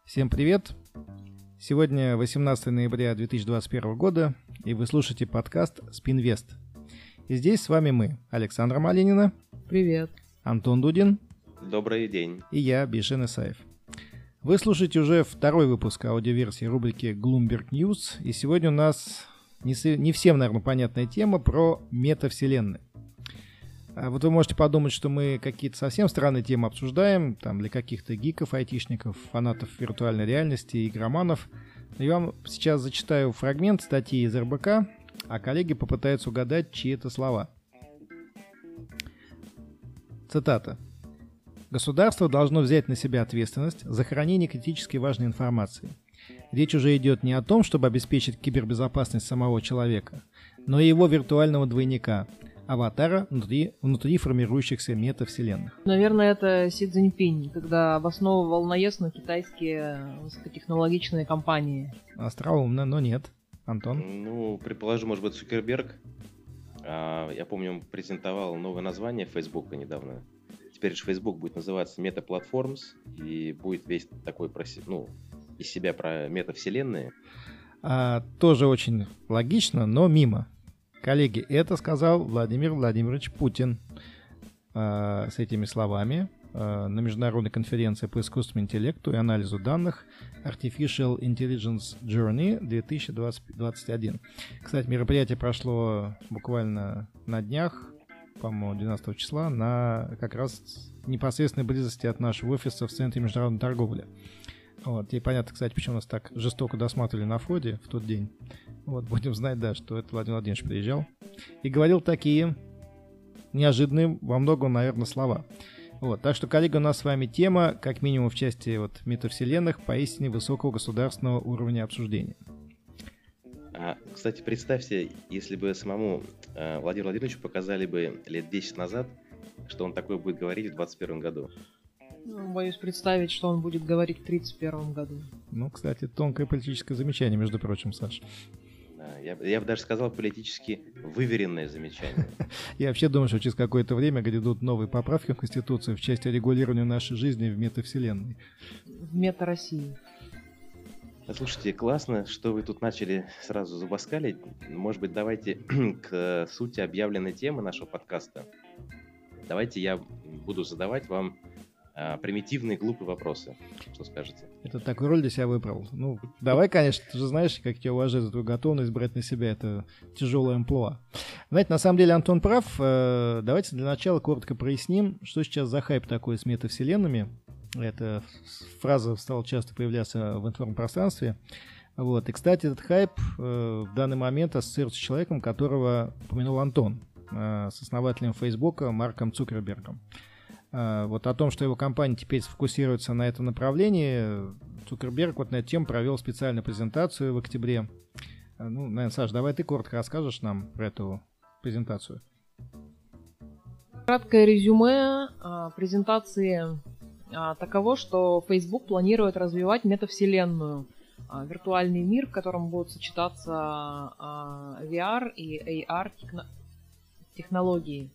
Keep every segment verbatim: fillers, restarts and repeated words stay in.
Всем привет! Сегодня восемнадцатое ноября две тысячи двадцать первого года, и вы слушаете подкаст «Спинвест». И здесь с вами мы, Александра Малинина. Привет. Антон Дудин. Добрый день. И я, Бишен Исаев. Вы слушаете уже второй выпуск аудиоверсии рубрики Bloomberg News, и сегодня у нас не, с... не всем, наверное, понятная тема про метавселенные. А вот вы можете подумать, что мы какие-то совсем странные темы обсуждаем, там для каких-то гиков, айтишников, фанатов виртуальной реальности, игроманов. Но я вам сейчас зачитаю фрагмент статьи из эр бэ ка, а коллеги попытаются угадать, чьи это слова. Цитата. «Государство должно взять на себя ответственность за хранение критически важной информации. Речь уже идет не о том, чтобы обеспечить кибербезопасность самого человека, но и его виртуального двойника, аватара внутри, внутри формирующихся метавселенных». Наверное, это Си Цзиньпинь, когда обосновывал наезд на китайские высокотехнологичные компании. Остроумно, но нет. Антон? Ну, предположу, может быть, Цукерберг. А, я помню, он презентовал новое название Фейсбука недавно. Теперь же Facebook будет называться Meta Platforms, и будет весь такой, ну, из себя про метавселенные. А, тоже очень логично, но мимо. Коллеги, это сказал Владимир Владимирович Путин. А, с этими словами а, на международной конференции по искусственному интеллекту и анализу данных Artificial Intelligence Journey две тысячи двадцать один. Кстати, мероприятие прошло буквально на днях, по-моему, двенадцатого числа, на как раз непосредственной близости от нашего офиса в Центре международной торговли. Вот. И понятно, кстати, почему нас так жестоко досматривали на входе в тот день. Вот, будем знать, да, что это Владимир Владимирович приезжал и говорил такие неожиданные во многом, наверное, слова. Вот. Так что, коллеги, у нас с вами тема, как минимум в части вот, метавселенных, поистине высокого государственного уровня обсуждения. А, кстати, представьте, если бы самому э, Владимиру Владимировичу показали бы лет десять назад, что он такое будет говорить в двадцать первом году. Ну, боюсь представить, что он будет говорить в тридцать первом году. Ну, кстати, тонкое политическое замечание, между прочим, Саш. Да, я, я бы даже сказал политически выверенное замечание. Я вообще думаю, что через какое-то время грядут новые поправки в Конституцию в части регулирования нашей жизни в метавселенной. В мета-России. Слушайте, классно, что вы тут начали сразу зубоскалить. Может быть, давайте к сути объявленной темы нашего подкаста. Давайте я буду задавать вам а, примитивные глупые вопросы. Что скажете? Это такую роль для себя выбрал. Ну, давай, конечно, ты же знаешь, как я тебя уважаю за твою готовность брать на себя это тяжелое амплуа. Знаете, на самом деле Антон прав. Давайте для начала коротко проясним, что сейчас за хайп такой с метавселенными. Эта фраза стала часто появляться в информпространстве. Вот. И, кстати, этот хайп э, в данный момент ассоциируется с человеком, которого упомянул Антон, э, с основателем Фейсбука Марком Цукербергом. Э, вот о том, что его компания теперь сфокусируется на этом направлении, Цукерберг вот на эту тему провел специальную презентацию в октябре. Э, ну, наверное, Саш, давай ты коротко расскажешь нам про эту презентацию. Краткое резюме э, презентации таково, что Facebook планирует развивать метавселенную, виртуальный мир, в котором будут сочетаться ви ар и эй ар технологии.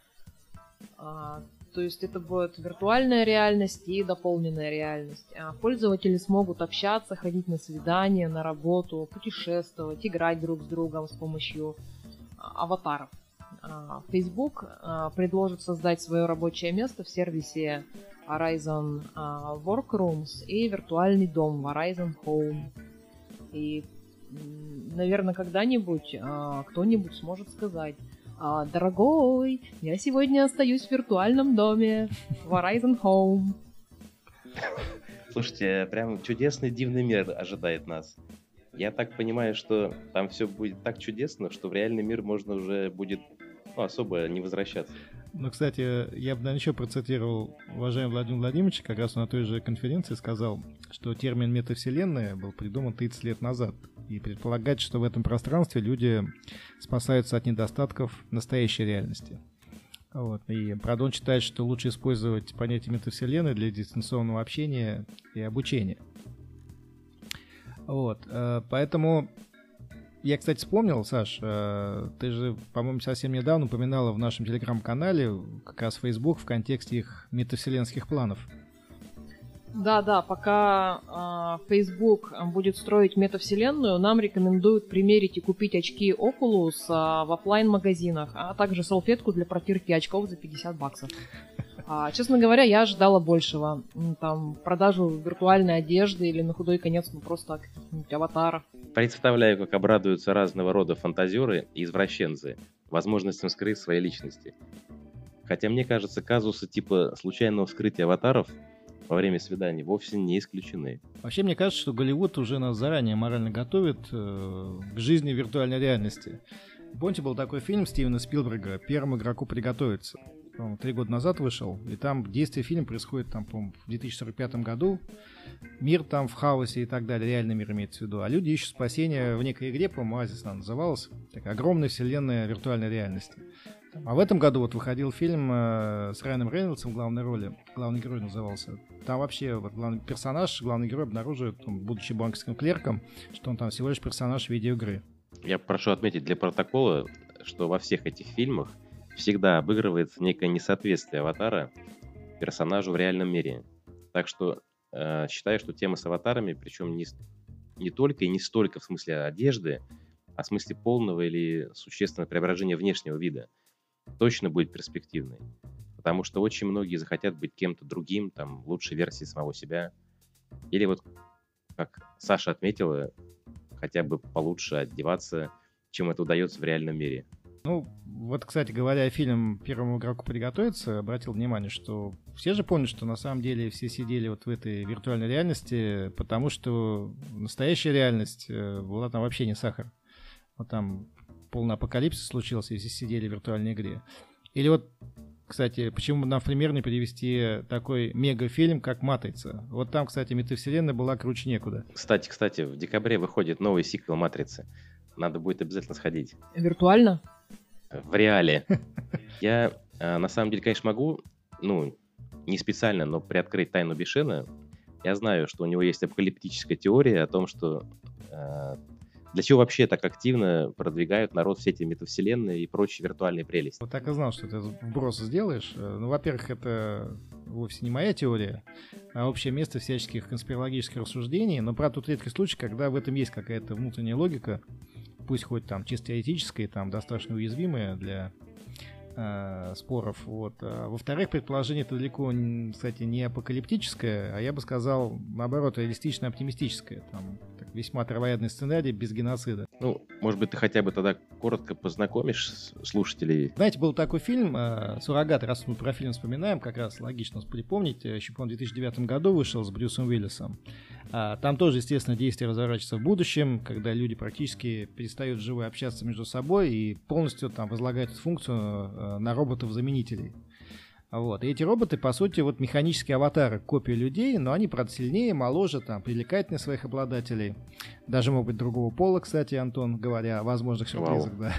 То есть это будет виртуальная реальность и дополненная реальность. Пользователи смогут общаться, ходить на свидания, на работу, путешествовать, играть друг с другом с помощью аватаров. Facebook предложит создать свое рабочее место в сервисе Horizon uh, Workrooms и виртуальный дом Horizon Home. И, наверное, когда-нибудь uh, кто-нибудь сможет сказать: а, дорогой, я сегодня остаюсь в виртуальном доме в Horizon Home. Слушайте, прям чудесный дивный мир ожидает нас. Я так понимаю, что там все будет так чудесно, что в реальный мир можно уже будет ну, особо не возвращаться. Ну, кстати, я бы, наверное, еще процитировал уважаемого Владимира Владимировича, как раз на той же конференции сказал, что термин метавселенная был придуман тридцать лет назад. И предполагает, что в этом пространстве люди спасаются от недостатков настоящей реальности. Вот. И, правда, он считает, что лучше использовать понятие метавселенной для дистанционного общения и обучения. Вот. Поэтому... Я, кстати, вспомнил, Саш, ты же, по-моему, совсем недавно упоминала в нашем телеграм-канале как раз Facebook в контексте их метавселенских планов. Да, да, пока э, Facebook будет строить метавселенную, нам рекомендуют примерить и купить очки Oculus э, в офлайн-магазинах, а также салфетку для протирки очков за пятьдесят баксов. А, честно говоря, я ожидала большего. Там продажу виртуальной одежды или на худой конец ну, просто каких-нибудь аватаров. Представляю, как обрадуются разного рода фантазеры и извращенцы возможностям скрыть свои личности. Хотя мне кажется, казусы типа случайного вскрытия аватаров во время свиданий вовсе не исключены. Вообще, мне кажется, что Голливуд уже нас заранее морально готовит э, к жизни в виртуальной реальности. Помните, был такой фильм Стивена Спилберга «Первому игроку приготовиться». По-моему, три года назад вышел, и там действие фильма происходит, там, по-моему, в две тысячи сорок пятом году. Мир там в хаосе и так далее, реальный мир имеется в виду. А люди ищут спасение в некой игре, по-моему, «Оазис» она называлась. Такая огромная вселенная виртуальной реальности. А в этом году вот выходил фильм э, с Райаном Рейнольдсом в главной роли. Главный герой назывался. Там вообще вот главный персонаж, главный герой обнаруживает, он, будучи банковским клерком, что он там всего лишь персонаж видеоигры. Я прошу отметить для протокола, что во всех этих фильмах всегда обыгрывается некое несоответствие аватара персонажу в реальном мире. Так что э, считаю, что тема с аватарами, причем не, не только и не столько в смысле одежды, а в смысле полного или существенного преображения внешнего вида, точно будет перспективной. Потому что очень многие захотят быть кем-то другим, там, лучшей версией самого себя. Или вот, как Саша отметила, хотя бы получше одеваться, чем это удается в реальном мире. Ну, вот, кстати говоря, фильм «Первому игроку приготовиться» обратил внимание, что все же помнят, что на самом деле все сидели вот в этой виртуальной реальности, потому что настоящая реальность была там вообще не сахар. Вот там полный апокалипсис случился, и все сидели в виртуальной игре. Или вот, кстати, почему нам в пример не перевести такой мегафильм, как «Матрица»? Вот там, кстати, метавселенная была круче некуда. Кстати, кстати, в декабре выходит новый сиквел «Матрицы». Надо будет обязательно сходить. Виртуально? В реале. Я, на самом деле, конечно, могу, ну, не специально, но приоткрыть тайну Бишена. Я знаю, что у него есть апокалиптическая теория о том, что для чего вообще так активно продвигают народ все эти метавселенные и прочие виртуальные прелести. Вот так и знал, что ты вброс сделаешь. Ну, во-первых, это вовсе не моя теория, а общее место всяческих конспирологических рассуждений. Но, правда, тут редкий случай, когда в этом есть какая-то внутренняя логика, пусть хоть там чисто теоретическая, там достаточно уязвимая для э, споров. Вот. А, во-вторых, предположение это далеко, кстати, не апокалиптическое, а я бы сказал, наоборот, реалистично-оптимистическое. Там так, весьма травоядный сценарий без геноцида. Ну, может быть, ты хотя бы тогда коротко познакомишь слушателей. Знаете, был такой фильм э, «Суррогат», раз мы про фильм вспоминаем, как раз логично припомнить, еще, по-моему, в две тысячи девятом году вышел с Брюсом Уиллисом. А, там тоже, естественно, действие разворачивается в будущем, когда люди практически перестают вживую общаться между собой и полностью там возлагают эту функцию э, на роботов-заменителей. Вот. И эти роботы, по сути, вот механические аватары, копии людей, но они, правда, сильнее, моложе, там, привлекательнее своих обладателей. Даже, может быть, другого пола, кстати, Антон, говоря о возможных сюрпризах, да.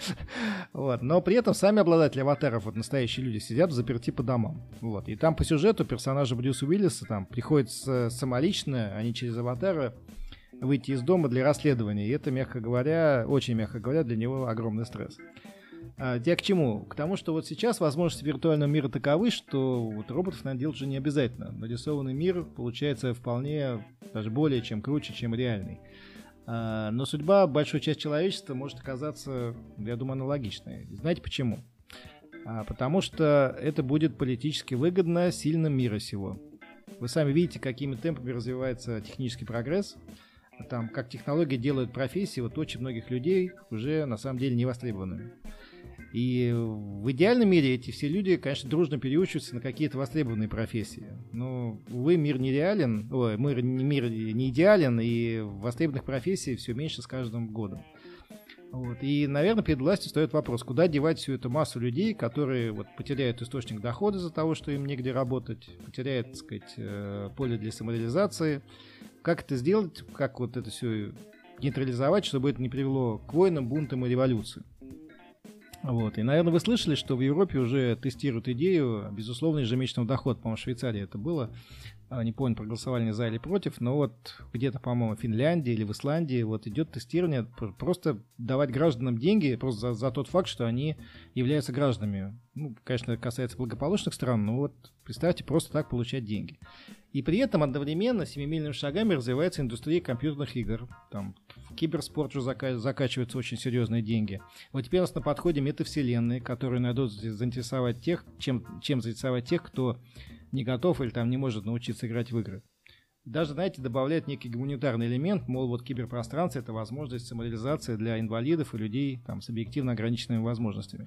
Вот. Но при этом сами обладатели аватаров, вот настоящие люди, сидят заперти по домам. Вот. И там по сюжету персонажа Брюса Уиллиса там приходится самолично, а не через аватара, выйти из дома для расследования. И это, мягко говоря, очень мягко говоря, для него огромный стресс. Я к чему? К тому, что вот сейчас возможности виртуального мира таковы, что вот роботов, наверное, делать уже не обязательно. Нарисованный мир получается вполне, даже более чем круче, чем реальный. Но судьба большой части человечества может оказаться, я думаю, аналогичной. Знаете почему? Потому что это будет политически выгодно сильным мира сего. Вы сами видите, какими темпами развивается технический прогресс. Там, как технологии делают профессии, вот очень многих людей уже на самом деле не востребованными. И в идеальном мире эти все люди, конечно, дружно переучиваются на какие-то востребованные профессии. Но, увы, мир нереален, ой, мир, мир не идеален, и востребованных профессий все меньше с каждым годом. Вот. И, наверное, перед властью встает вопрос, куда девать всю эту массу людей, которые вот, потеряют источник дохода из-за того, что им негде работать, потеряют, так сказать, поле для самореализации. Как это сделать, как вот это все нейтрализовать, чтобы это не привело к войнам, бунтам и революции. Вот. И, наверное, вы слышали, что в Европе уже тестируют идею безусловно ежемесячного дохода. По-моему, в Швейцарии это было. не помню, проголосовали не за или против, но вот где-то, по-моему, в Финляндии или в Исландии вот идет тестирование, просто давать гражданам деньги просто за, за тот факт, что они являются гражданами. Ну, конечно, это касается благополучных стран, но вот представьте, просто так получать деньги. И при этом одновременно семимильными шагами развивается индустрия компьютерных игр. Там в киберспорт уже зака- закачиваются очень серьезные деньги. Вот теперь у нас на подходе метавселенные, которые найдут заинтересовать тех, чем, чем заинтересовать тех, кто не готов или там не может научиться играть в игры. Даже, знаете, добавляет некий гуманитарный элемент, мол, вот киберпространство — это возможность самореализации для инвалидов и людей там, с объективно ограниченными возможностями.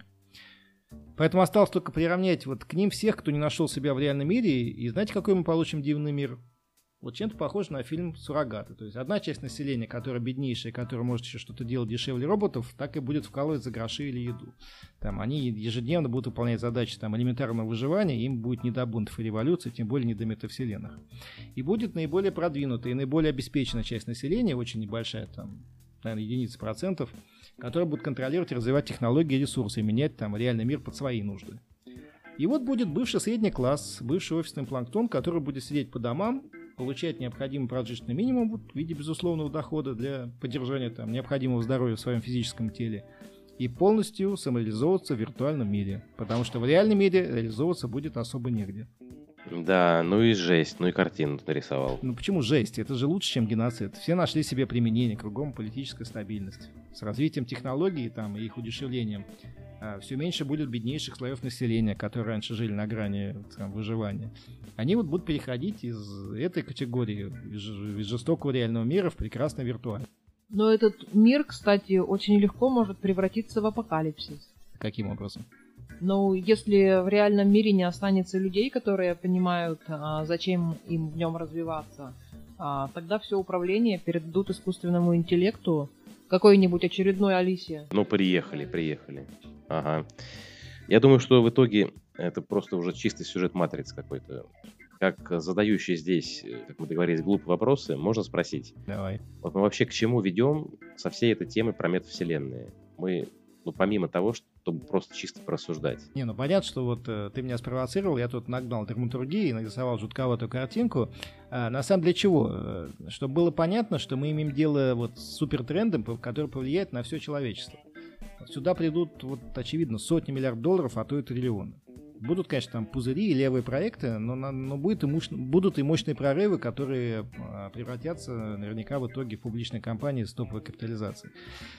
Поэтому осталось только приравнять вот к ним всех, кто не нашел себя в реальном мире, и знаете, какой мы получим дивный мир? Вот чем-то похож на фильм «Суррогаты». То есть одна часть населения, которая беднейшая, которая может еще что-то делать дешевле роботов, так и будет вкалывать за гроши или еду. Там они ежедневно будут выполнять задачи там, элементарного выживания, им будет не до бунтов и революций, тем более не до метавселенных. И будет наиболее продвинутая и наиболее обеспеченная часть населения, очень небольшая, там, наверное, единицы процентов, которые будут контролировать и развивать технологии и ресурсы, и менять там реальный мир под свои нужды. И вот будет бывший средний класс, бывший офисный планктон, который будет сидеть по домам, получать необходимый прожиточный минимум в виде безусловного дохода для поддержания там, необходимого здоровья в своем физическом теле и полностью самореализовываться в виртуальном мире, потому что в реальном мире реализовываться будет особо негде. Да, ну и жесть, ну и картину ты нарисовал. Ну почему жесть? Это же лучше, чем геноцид. Все нашли себе применение, кругом политическая стабильность. С развитием технологий там, и их удешевлением а, все меньше будет беднейших слоев населения, которые раньше жили на грани там, выживания. Они вот будут переходить из этой категории, из, из жестокого реального мира в прекрасный виртуальный. Но этот мир, кстати, очень легко может превратиться в апокалипсис. Каким образом? Ну, если в реальном мире не останется людей, которые понимают, а, зачем им в нем развиваться, а, тогда все управление передадут искусственному интеллекту, какой-нибудь очередной Алисе. Ну, приехали, приехали. Ага. Я думаю, что в итоге это просто уже чистый сюжет матрицы какой-то. Как задающий здесь, как мы договорились, глупые вопросы, можно спросить. Давай. Вот мы вообще к чему ведем со всей этой темой про метавселенные? Мы, ну, помимо того, чтобы просто чисто порассуждать. Не, ну понятно, что вот э, ты меня спровоцировал, я тут нагнал драматургии и нарисовал жутковатую картинку. А, на самом деле чего? Э, чтобы было понятно, что мы имеем дело вот с супертрендом, который повлияет на все человечество. Сюда придут, вот, очевидно, сотни миллиардов долларов, а то и триллионы. Будут, конечно, там пузыри и левые проекты, но, но будет и мощ... будут и мощные прорывы, которые превратятся наверняка в итоге в публичные компании с топовой капитализацией.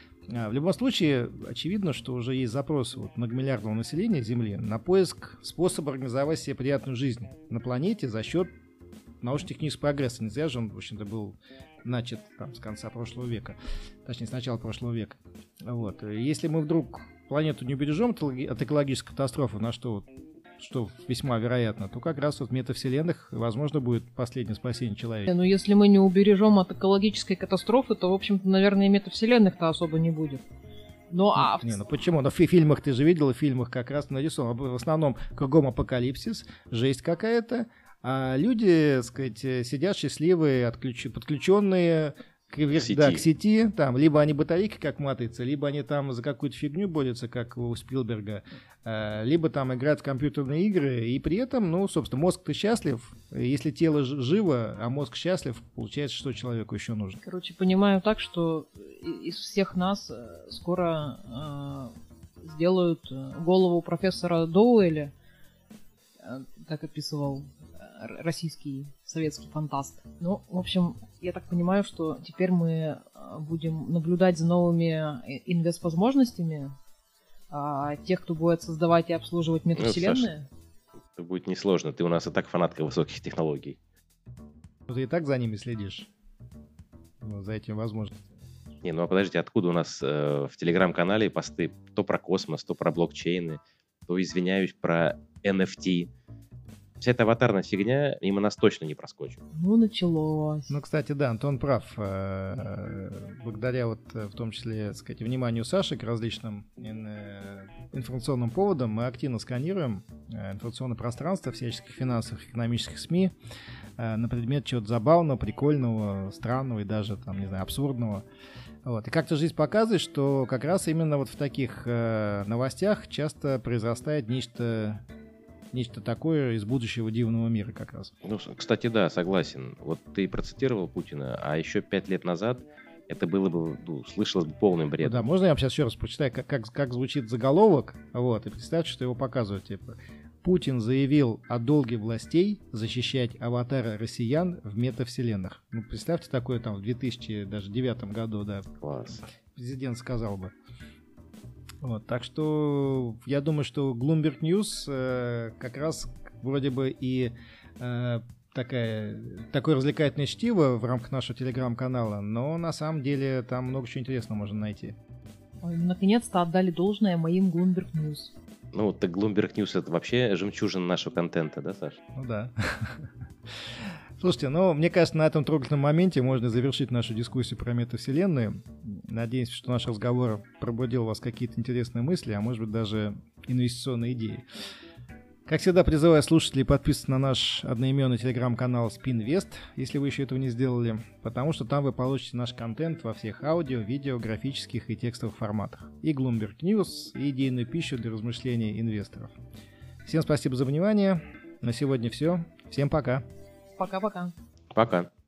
В любом случае, очевидно, что уже есть запрос вот, многомиллиардного населения Земли на поиск способа организовать себе приятную жизнь на планете за счет научно-технического прогресса. Не зря же он, в общем-то, был начат там, с конца прошлого века, точнее, с начала прошлого века. Вот. Если мы вдруг планету не убережем от экологической катастрофы, на что, что весьма вероятно, то как раз вот в метавселенных, возможно, будет последнее спасение человека. Ну, если мы не убережем от экологической катастрофы, то, в общем-то, наверное, и метавселенных-то особо не будет. Ну, а... Не, ну почему? Но в фильмах, ты же видел, в фильмах как раз нарисовано. В основном кругом апокалипсис, жесть какая-то, а люди, так сказать, сидят счастливые, отключ... подключенные к, сети. Да, к сети. Там, либо они батарейки как матрица, либо они там за какую-то фигню борются, как у Спилберга, либо там играют в компьютерные игры, и при этом, ну, собственно, мозг-то счастлив. Если тело живо, а мозг счастлив, получается, что человеку еще нужно. Короче, понимаю так, что из всех нас скоро э, сделают голову профессора Доуэля, как описывал российский советский фантаст. Ну, в общем, я так понимаю, что теперь мы будем наблюдать за новыми инвест-возможностями а тех, кто будет создавать и обслуживать метавселенные. Ну, Саша, это будет несложно. Ты у нас и так фанатка высоких технологий. Ты и так за ними следишь. Ну, за этими возможностями. Не, ну а подождите, откуда у нас э, в телеграм-канале посты то про космос, то про блокчейны, то, извиняюсь, про эн эф ти. Вся эта аватарная фигня мимо нас точно не проскочит. Ну, началось. Ну, кстати, да, Антон прав. Благодаря вот, в том числе, так сказать, вниманию Саши к различным информационным поводам мы активно сканируем информационное пространство всяческих финансовых, экономических СМИ на предмет чего-то забавного, прикольного, странного и даже, там, не знаю, абсурдного. Вот. И как-то жизнь показывает, что как раз именно вот в таких новостях часто произрастает нечто нечто такое из будущего дивного мира как раз. Ну, кстати, да, согласен. Вот ты процитировал Путина, а еще пять лет назад это было бы, ну, слышалось бы полным бредом. Ну, да, можно я вам сейчас еще раз прочитаю, как, как, как звучит заголовок, вот, и представьте, что его показывают, типа, Путин заявил о долге властей защищать аватара россиян в метавселенных. Ну, представьте, такое там в две тысячи девятом году, да. Класс. Президент сказал бы. Вот, так что я думаю, что Bloomberg News э, как раз вроде бы и э, такая, такое развлекательное чтиво в рамках нашего телеграм-канала, но на самом деле там много чего интересного можно найти. Ой, наконец-то отдали должное моим Bloomberg News. Ну, так Bloomberg News — это вообще жемчужина нашего контента, да, Саш? Ну да. Слушайте, ну, мне кажется, на этом трогательном моменте можно завершить нашу дискуссию про метавселенную. Надеюсь, что наш разговор пробудил у вас какие-то интересные мысли, а может быть даже инвестиционные идеи. Как всегда, призываю слушателей подписываться на наш одноименный телеграм-канал Spinvest, если вы еще этого не сделали, потому что там вы получите наш контент во всех аудио, видео, графических и текстовых форматах. И Bloomberg News, и идейную пищу для размышления инвесторов. Всем спасибо за внимание. На сегодня все. Всем пока. Пока-пока. Пока.